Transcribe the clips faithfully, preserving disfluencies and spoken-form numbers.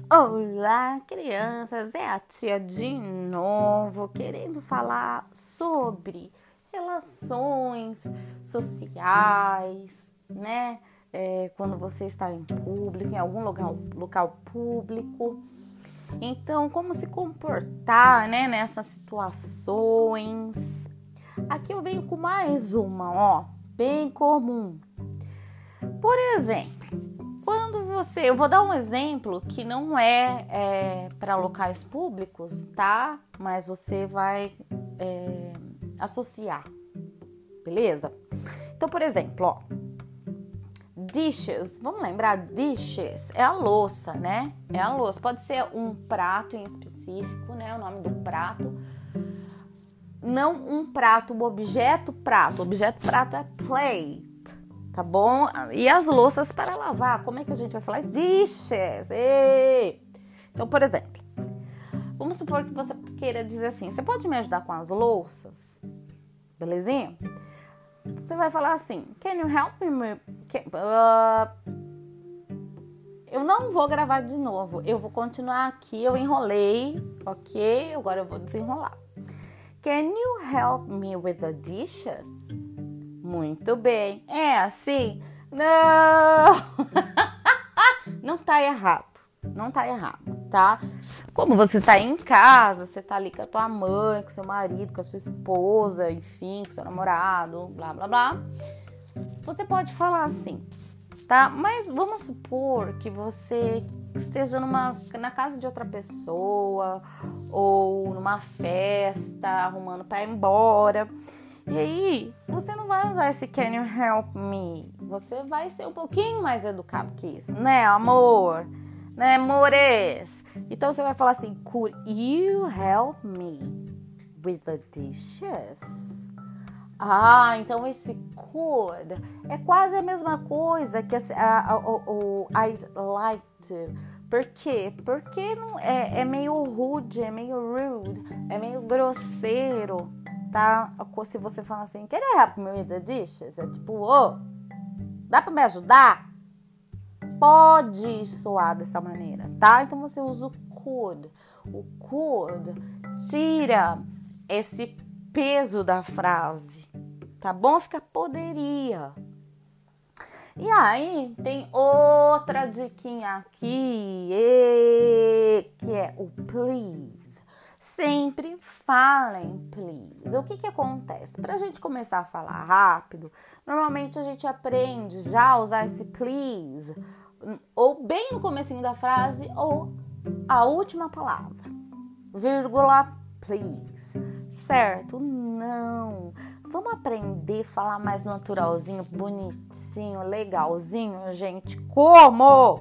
Olá, crianças! É a tia de novo, querendo falar sobre relações sociais, né? É, quando você está em público, em algum local, local público. Então, como se comportar, né, nessas situações. Aqui eu venho com mais uma, ó, bem comum. Por exemplo, quando você... Eu vou dar um exemplo que não é, é para locais públicos, tá? Mas você vai é, associar, beleza? Então, por exemplo, ó. Dishes, vamos lembrar, dishes é a louça, né? É a louça. Pode ser um prato em específico, né? O nome do prato. Não um prato, o objeto prato. O objeto prato é plate. Tá bom? E as louças para lavar. Como é que a gente vai falar isso? Dishes. Ei! Então, por exemplo, vamos supor que você queira dizer assim: você pode me ajudar com as louças? Belezinha? Você vai falar assim: Can you help me? Can, uh, eu não vou gravar de novo. Eu vou continuar aqui. Eu enrolei, ok? Agora eu vou desenrolar. Can you help me with the dishes? Muito bem. É assim? Não! Não tá errado. Não tá errado, tá? Como você tá em casa, você tá ali com a tua mãe, com seu marido, com a sua esposa, enfim, com seu namorado, blá, blá, blá. Você pode falar assim, tá? Mas vamos supor que você esteja numa, na casa de outra pessoa ou numa festa, arrumando pra ir embora. E aí, você não vai usar esse can you help me? Você vai ser um pouquinho mais educado que isso, né, amor? Né, amores? Então, você vai falar assim, could you help me with the dishes? Ah, então esse could é quase a mesma coisa que o I'd like to. Por quê? Porque não, é, é meio rude, é meio rude, é meio grosseiro. Tá? Se você fala assim, can you help me with the dishes? É tipo, ô, oh, dá pra me ajudar? Pode soar dessa maneira, tá? Então você usa o could. O could tira esse peso da frase, tá bom? Fica poderia. E aí tem outra diquinha aqui, que é o please. Sempre falem please. O que que acontece? Pra gente começar a falar rápido, normalmente a gente aprende já a usar esse please ou bem no comecinho da frase ou a última palavra, vírgula, please, certo? Não. Vamos aprender a falar mais naturalzinho, bonitinho, legalzinho, gente. Como?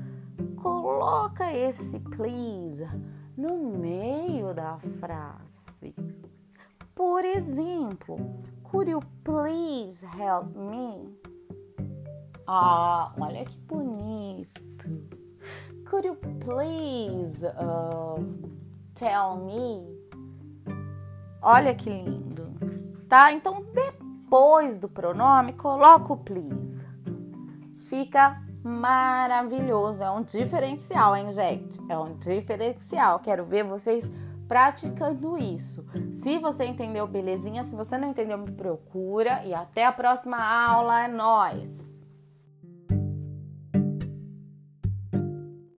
Coloca esse please no meio da frase. Por exemplo, could you please help me? Ah, olha que bonito. Could you please uh, tell me? Olha que lindo, tá? Então, depois do pronome, coloca o please. Fica maravilhoso, é um diferencial, hein, gente? É um diferencial. Quero ver vocês praticando isso. Se você entendeu, belezinha. Se você não entendeu, me procura. E até a próxima aula. É nóis!